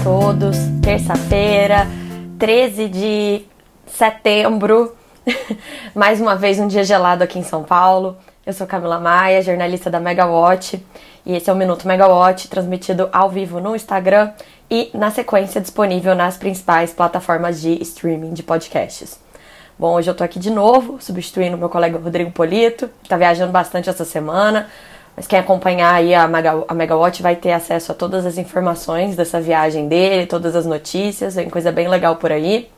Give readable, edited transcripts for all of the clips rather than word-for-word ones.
todos, terça-feira, 13 de setembro, mais uma vez um dia gelado aqui em São Paulo. Eu sou Camila Maia, jornalista da Megawatt, e esse é o Minuto Megawatt, transmitido ao vivo no Instagram e, na sequência, disponível nas principais plataformas de streaming de podcasts. Bom, hoje eu tô aqui de novo, substituindo meu colega Rodrigo Polito, que tá viajando bastante essa semana, mas quem acompanhar aí a Megawatt vai ter acesso a todas as informações dessa viagem dele, todas as notícias, vem coisa bem legal por aí.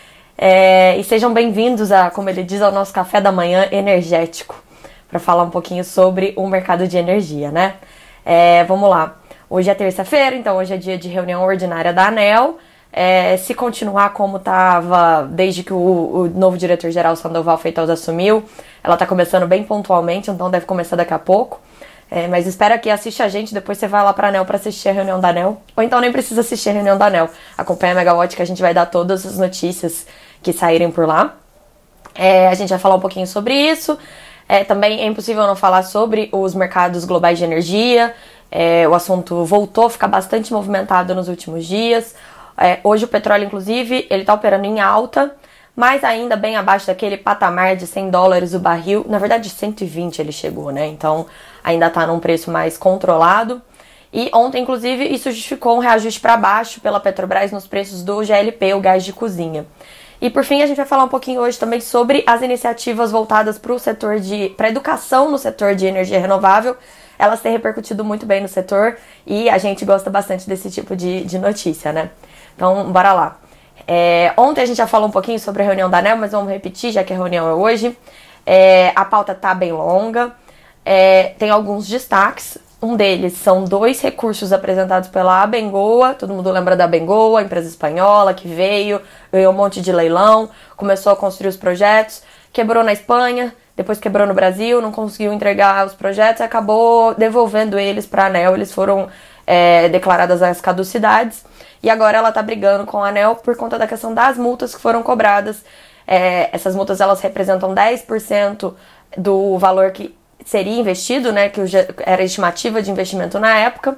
E sejam bem-vindos, como ele diz, ao nosso café da manhã energético, para falar um pouquinho sobre o mercado de energia, né? Vamos lá. Hoje é terça-feira, então hoje é dia de reunião ordinária da ANEEL. Se continuar como estava desde que o novo diretor-geral Sandoval Feitosa assumiu, ela está começando bem pontualmente, então deve começar daqui a pouco. Mas espera que assiste a gente, depois você vai lá para a ANEEL para assistir a reunião da ANEEL, ou então nem precisa assistir a reunião da ANEEL. Acompanha a Megawatt que a gente vai dar todas as notícias que saírem por lá. A gente vai falar um pouquinho sobre isso. Também é impossível não falar sobre os mercados globais de energia. O assunto voltou a ficar bastante movimentado nos últimos dias. Hoje o petróleo, inclusive, ele está operando em alta, mas ainda bem abaixo daquele patamar de $100 o barril. Na verdade, 120 ele chegou, né? Então, ainda está num preço mais controlado. E ontem, inclusive, isso justificou um reajuste para baixo pela Petrobras nos preços do GLP, o gás de cozinha. E, por fim, a gente vai falar um pouquinho hoje também sobre as iniciativas voltadas para a educação no setor de energia renovável. Elas têm repercutido muito bem no setor e a gente gosta bastante desse tipo de notícia, né? Então, bora lá. Ontem a gente já falou um pouquinho sobre a reunião da ANEEL, mas vamos repetir, já que a reunião é hoje. A pauta tá bem longa, tem alguns destaques. Um deles são 2 recursos apresentados pela Abengoa. Todo mundo lembra da Abengoa, a empresa espanhola que veio, ganhou um monte de leilão, começou a construir os projetos, quebrou na Espanha, depois quebrou no Brasil, não conseguiu entregar os projetos e acabou devolvendo eles para a ANEEL. Eles foram declaradas as caducidades. E agora ela tá brigando com a ANEEL por conta da questão das multas que foram cobradas. Essas multas, elas representam 10% do valor que seria investido, né, que era a estimativa de investimento na época,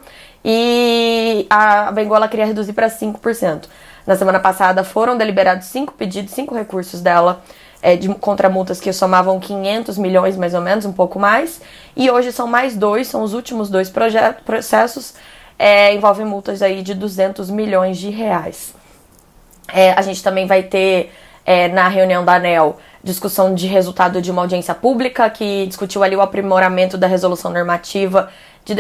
e a Abengoa queria reduzir para 5%. Na semana passada foram deliberados 5 pedidos, 5 recursos dela contra multas que somavam 500 milhões, mais ou menos, um pouco mais, e hoje são mais 2, são os últimos 2 processos, envolvem multas aí de 200 milhões de reais. A gente também vai ter, na reunião da ANEEL, discussão de resultado de uma audiência pública que discutiu ali o aprimoramento da resolução normativa de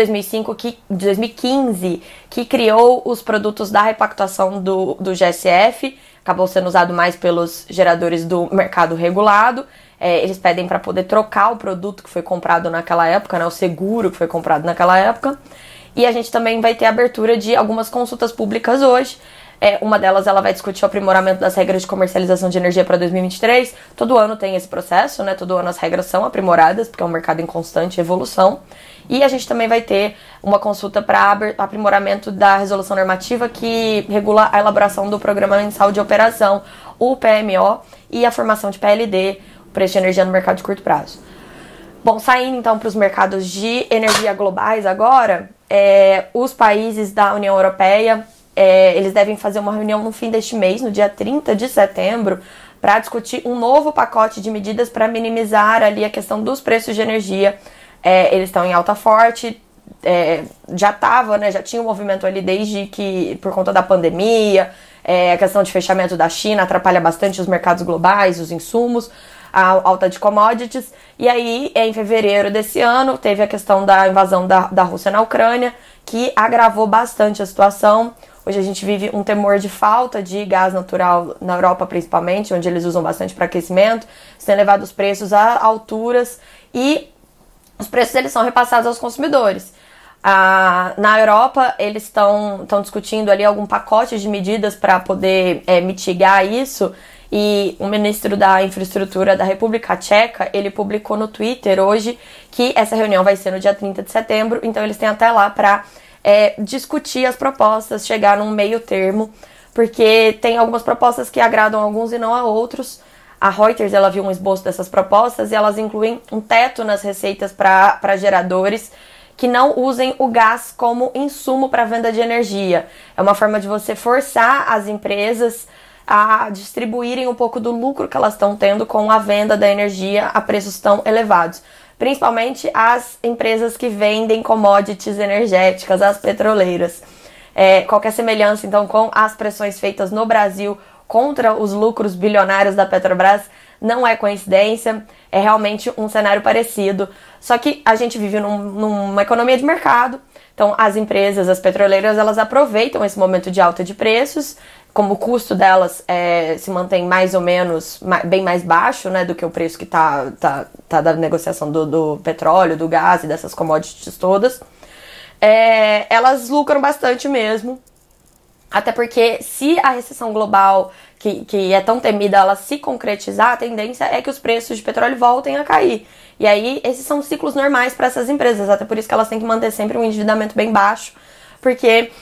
2015, que criou os produtos da repactuação do GSF, acabou sendo usado mais pelos geradores do mercado regulado. Eles pedem para poder trocar o produto que foi comprado naquela época, né, o seguro que foi comprado naquela época. E a gente também vai ter abertura de algumas consultas públicas hoje. Uma delas ela vai discutir o aprimoramento das regras de comercialização de energia para 2023. Todo ano tem esse processo, né? Todo ano as regras são aprimoradas, porque é um mercado em constante evolução. E a gente também vai ter uma consulta para aprimoramento da resolução normativa que regula a elaboração do Programa Mensal de Operação, o PMO, e a formação de PLD, o preço de energia no mercado de curto prazo. Bom, saindo então para os mercados de energia globais agora, os países da União Europeia, eles devem fazer uma reunião no fim deste mês, no dia 30 de setembro, para discutir um novo pacote de medidas para minimizar ali a questão dos preços de energia. Eles estão em alta forte, já tinha um movimento ali desde que, por conta da pandemia, a questão de fechamento da China atrapalha bastante os mercados globais, os insumos, a alta de commodities. E aí, em fevereiro desse ano, teve a questão da invasão da Rússia na Ucrânia, que agravou bastante a situação. Hoje a gente vive um temor de falta de gás natural na Europa, principalmente, onde eles usam bastante para aquecimento. Isso tem levado os preços a alturas e os preços eles são repassados aos consumidores. Na Europa, eles estão discutindo ali algum pacote de medidas para poder mitigar isso. E o ministro da Infraestrutura da República Tcheca, ele publicou no Twitter hoje que essa reunião vai ser no dia 30 de setembro, então eles têm até lá para discutir as propostas, chegar num meio termo, porque tem algumas propostas que agradam a alguns e não a outros. A Reuters, ela viu um esboço dessas propostas e elas incluem um teto nas receitas para geradores que não usem o gás como insumo para venda de energia. É uma forma de você forçar as empresas a distribuírem um pouco do lucro que elas estão tendo com a venda da energia a preços tão elevados. Principalmente as empresas que vendem commodities energéticas, as petroleiras. Qualquer semelhança, então, com as pressões feitas no Brasil contra os lucros bilionários da Petrobras não é coincidência, é realmente um cenário parecido. Só que a gente vive numa economia de mercado, então as empresas, as petroleiras, elas aproveitam esse momento de alta de preços, como o custo delas se mantém mais ou menos bem mais baixo, né, do que o preço que tá da negociação do petróleo, do gás e dessas commodities todas. Elas lucram bastante mesmo, até porque se a recessão global, que é tão temida, ela se concretizar, a tendência é que os preços de petróleo voltem a cair. E aí, esses são ciclos normais para essas empresas, até por isso que elas têm que manter sempre um endividamento bem baixo, porque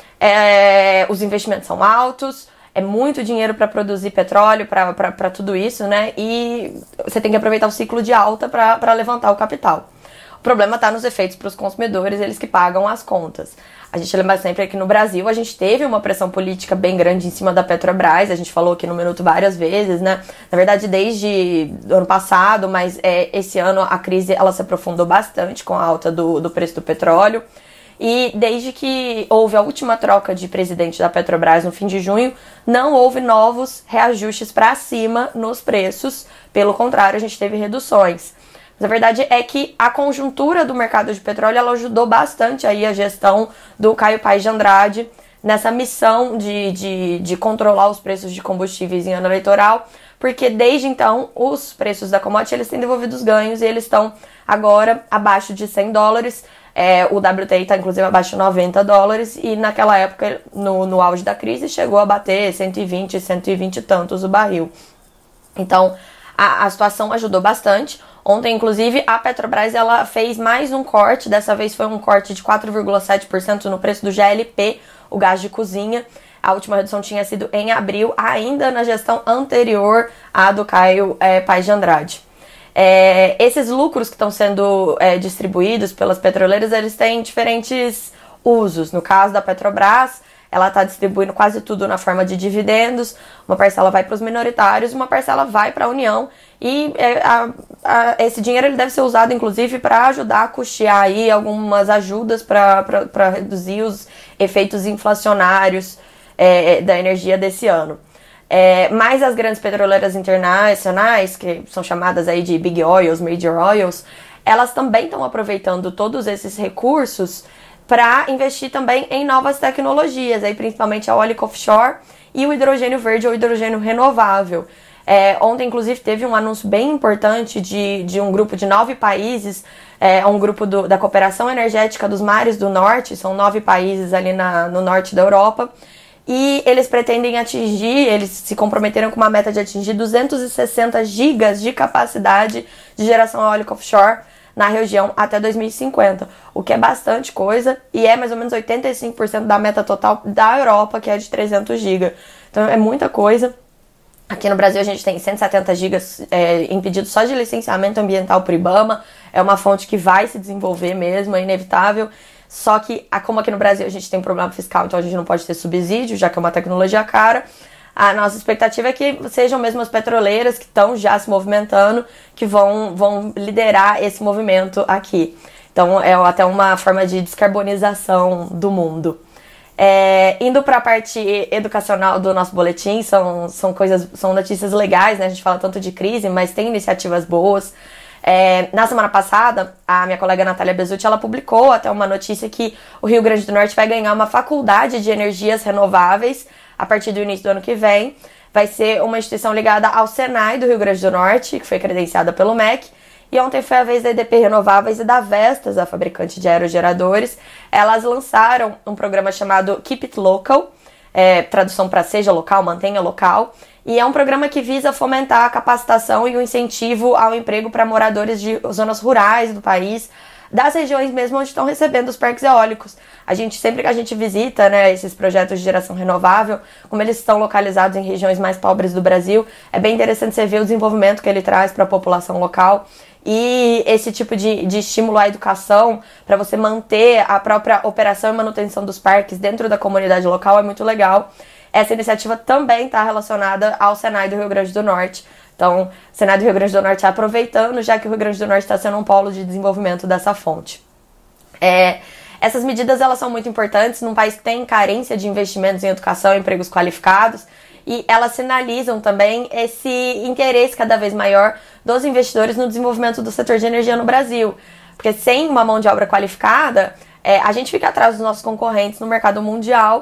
os investimentos são altos, é muito dinheiro para produzir petróleo, para tudo isso, né? E você tem que aproveitar o ciclo de alta para levantar o capital. O problema está nos efeitos para os consumidores, eles que pagam as contas. A gente lembra sempre que no Brasil a gente teve uma pressão política bem grande em cima da Petrobras, a gente falou aqui no Minuto várias vezes, né? Na verdade, desde o ano passado, mas esse ano a crise ela se aprofundou bastante com a alta do preço do petróleo. E desde que houve a última troca de presidente da Petrobras no fim de junho, não houve novos reajustes para cima nos preços. Pelo contrário, a gente teve reduções. Mas a verdade é que a conjuntura do mercado de petróleo ela ajudou bastante aí a gestão do Caio Paes de Andrade nessa missão de controlar os preços de combustíveis em ano eleitoral, porque desde então os preços da commodity eles têm devolvido os ganhos e eles estão agora abaixo de $100. O WTI está inclusive abaixo de $90 e naquela época, no auge da crise, chegou a bater 120, 120 e tantos o barril. Então, a situação ajudou bastante. Ontem, inclusive, a Petrobras ela fez mais um corte, dessa vez foi um corte de 4,7% no preço do GLP, o gás de cozinha. A última redução tinha sido em abril, ainda na gestão anterior à do Caio Paes de Andrade. Esses lucros que estão sendo distribuídos pelas petroleiras, eles têm diferentes usos. No caso da Petrobras, ela está distribuindo quase tudo na forma de dividendos, uma parcela vai para os minoritários, uma parcela vai para a União, e esse dinheiro ele deve ser usado, inclusive, para ajudar a custear aí algumas ajudas para reduzir os efeitos inflacionários da energia desse ano. Mas as grandes petroleiras internacionais, que são chamadas aí de Big Oils, Major Oils, elas também estão aproveitando todos esses recursos para investir também em novas tecnologias, aí principalmente a eólica offshore e o hidrogênio verde ou hidrogênio renovável. Ontem, inclusive, teve um anúncio bem importante de um grupo de 9 países, um grupo da Cooperação Energética dos Mares do Norte, são 9 países ali no norte da Europa, e eles pretendem eles se comprometeram com uma meta de atingir 260 gigas de capacidade de geração eólica offshore na região até 2050, o que é bastante coisa e é mais ou menos 85% da meta total da Europa, que é de 300 GB. Então é muita coisa. Aqui no Brasil a gente tem 170 gigas impedidos só de licenciamento ambiental por IBAMA, é uma fonte que vai se desenvolver mesmo, é inevitável. Só que, como aqui no Brasil a gente tem um problema fiscal, então a gente não pode ter subsídio, já que é uma tecnologia cara. A nossa expectativa é que sejam mesmo as petroleiras que estão já se movimentando, que vão liderar esse movimento aqui. Então é até uma forma de descarbonização do mundo. Indo para a parte educacional do nosso boletim, são notícias legais, né? A gente fala tanto de crise, mas tem iniciativas boas. Na semana passada, a minha colega Natália Bezutti, ela publicou até uma notícia que o Rio Grande do Norte vai ganhar uma faculdade de energias renováveis a partir do início do ano que vem. Vai ser uma instituição ligada ao Senai do Rio Grande do Norte, que foi credenciada pelo MEC. E ontem foi a vez da EDP Renováveis e da Vestas, a fabricante de aerogeradores. Elas lançaram um programa chamado Keep It Local, tradução para seja local, mantenha local. E é um programa que visa fomentar a capacitação e o incentivo ao emprego para moradores de zonas rurais do país, das regiões mesmo onde estão recebendo os parques eólicos. Sempre que a gente visita, né, esses projetos de geração renovável, como eles estão localizados em regiões mais pobres do Brasil, é bem interessante você ver o desenvolvimento que ele traz para a população local. E esse tipo de estímulo à educação, para você manter a própria operação e manutenção dos parques dentro da comunidade local, é muito legal. Essa iniciativa também está relacionada ao Senai do Rio Grande do Norte. Então, o Senai do Rio Grande do Norte está aproveitando, já que o Rio Grande do Norte está sendo um polo de desenvolvimento dessa fonte. Essas medidas elas são muito importantes num país que tem carência de investimentos em educação e empregos qualificados, e elas sinalizam também esse interesse cada vez maior dos investidores no desenvolvimento do setor de energia no Brasil. Porque sem uma mão de obra qualificada, a gente fica atrás dos nossos concorrentes no mercado mundial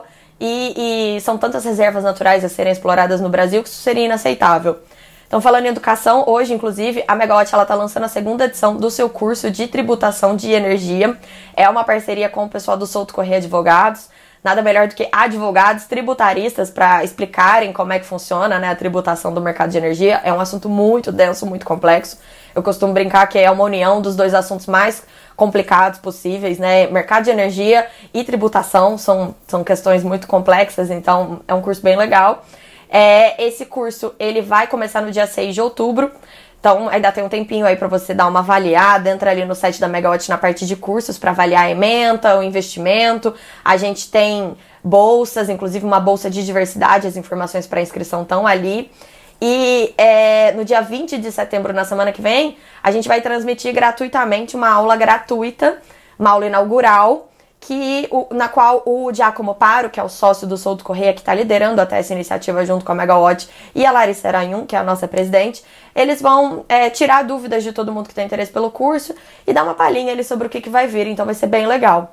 e são tantas reservas naturais a serem exploradas no Brasil que isso seria inaceitável. Então, falando em educação, hoje, inclusive, a Megawatt está lançando a segunda edição do seu curso de tributação de energia. É uma parceria com o pessoal do Souto Corrêa Advogados. Nada melhor do que advogados tributaristas para explicarem como é que funciona, né, a tributação do mercado de energia. É um assunto muito denso, muito complexo. Eu costumo brincar que é uma união dos dois assuntos mais complicados possíveis, né? Mercado de energia e tributação são questões muito complexas, então é um curso bem legal. Esse curso ele vai começar no dia 6 de outubro, então ainda tem um tempinho aí para você dar uma avaliada. Entra ali no site da Megawatt na parte de cursos para avaliar a ementa, o investimento. A gente tem bolsas, inclusive uma bolsa de diversidade, as informações para inscrição estão ali. E no dia 20 de setembro, na semana que vem, a gente vai transmitir gratuitamente uma aula gratuita, uma aula inaugural, na qual o Giacomo Paro, que é o sócio do Souto Corrêa, que está liderando até essa iniciativa junto com a Megawatt, e a Larissa Aranhum, que é a nossa presidente, eles vão tirar dúvidas de todo mundo que tem interesse pelo curso e dar uma palhinha ali sobre o que vai vir, então vai ser bem legal.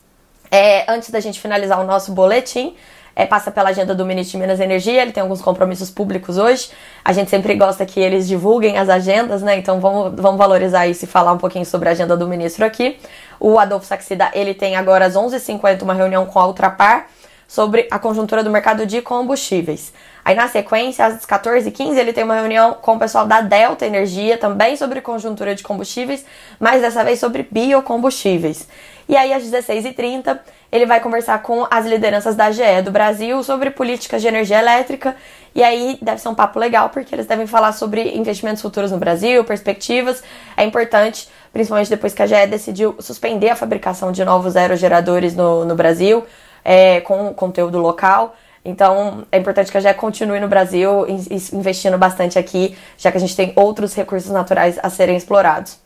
Antes da gente finalizar o nosso boletim, passa pela agenda do ministro de Minas e Energia, ele tem alguns compromissos públicos hoje, a gente sempre gosta que eles divulguem as agendas, né, então vamos valorizar isso e falar um pouquinho sobre a agenda do ministro aqui. O Adolfo Saxida, ele tem agora às 11h50 uma reunião com a Ultrapar sobre a conjuntura do mercado de combustíveis. Aí na sequência, às 14h15, ele tem uma reunião com o pessoal da Delta Energia, também sobre conjuntura de combustíveis, mas dessa vez sobre biocombustíveis. E aí às 16h30, ele vai conversar com as lideranças da GE do Brasil sobre políticas de energia elétrica. E aí deve ser um papo legal, porque eles devem falar sobre investimentos futuros no Brasil, perspectivas. É importante, principalmente depois que a GE decidiu suspender a fabricação de novos aerogeradores no Brasil, com conteúdo local. Então, é importante que a GE continue no Brasil investindo bastante aqui, já que a gente tem outros recursos naturais a serem explorados.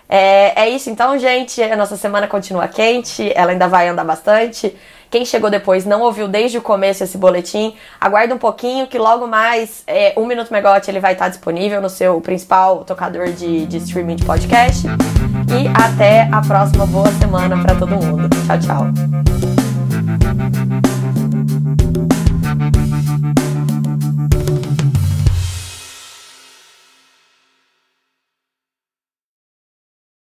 É isso então, gente. A nossa semana continua quente, ela ainda vai andar bastante. Quem chegou depois não ouviu desde o começo esse boletim, aguarda um pouquinho que logo mais 1 Minuto Megawatt ele vai estar disponível no seu principal tocador de streaming de podcast. E até a próxima. Boa semana para todo mundo. Tchau, tchau.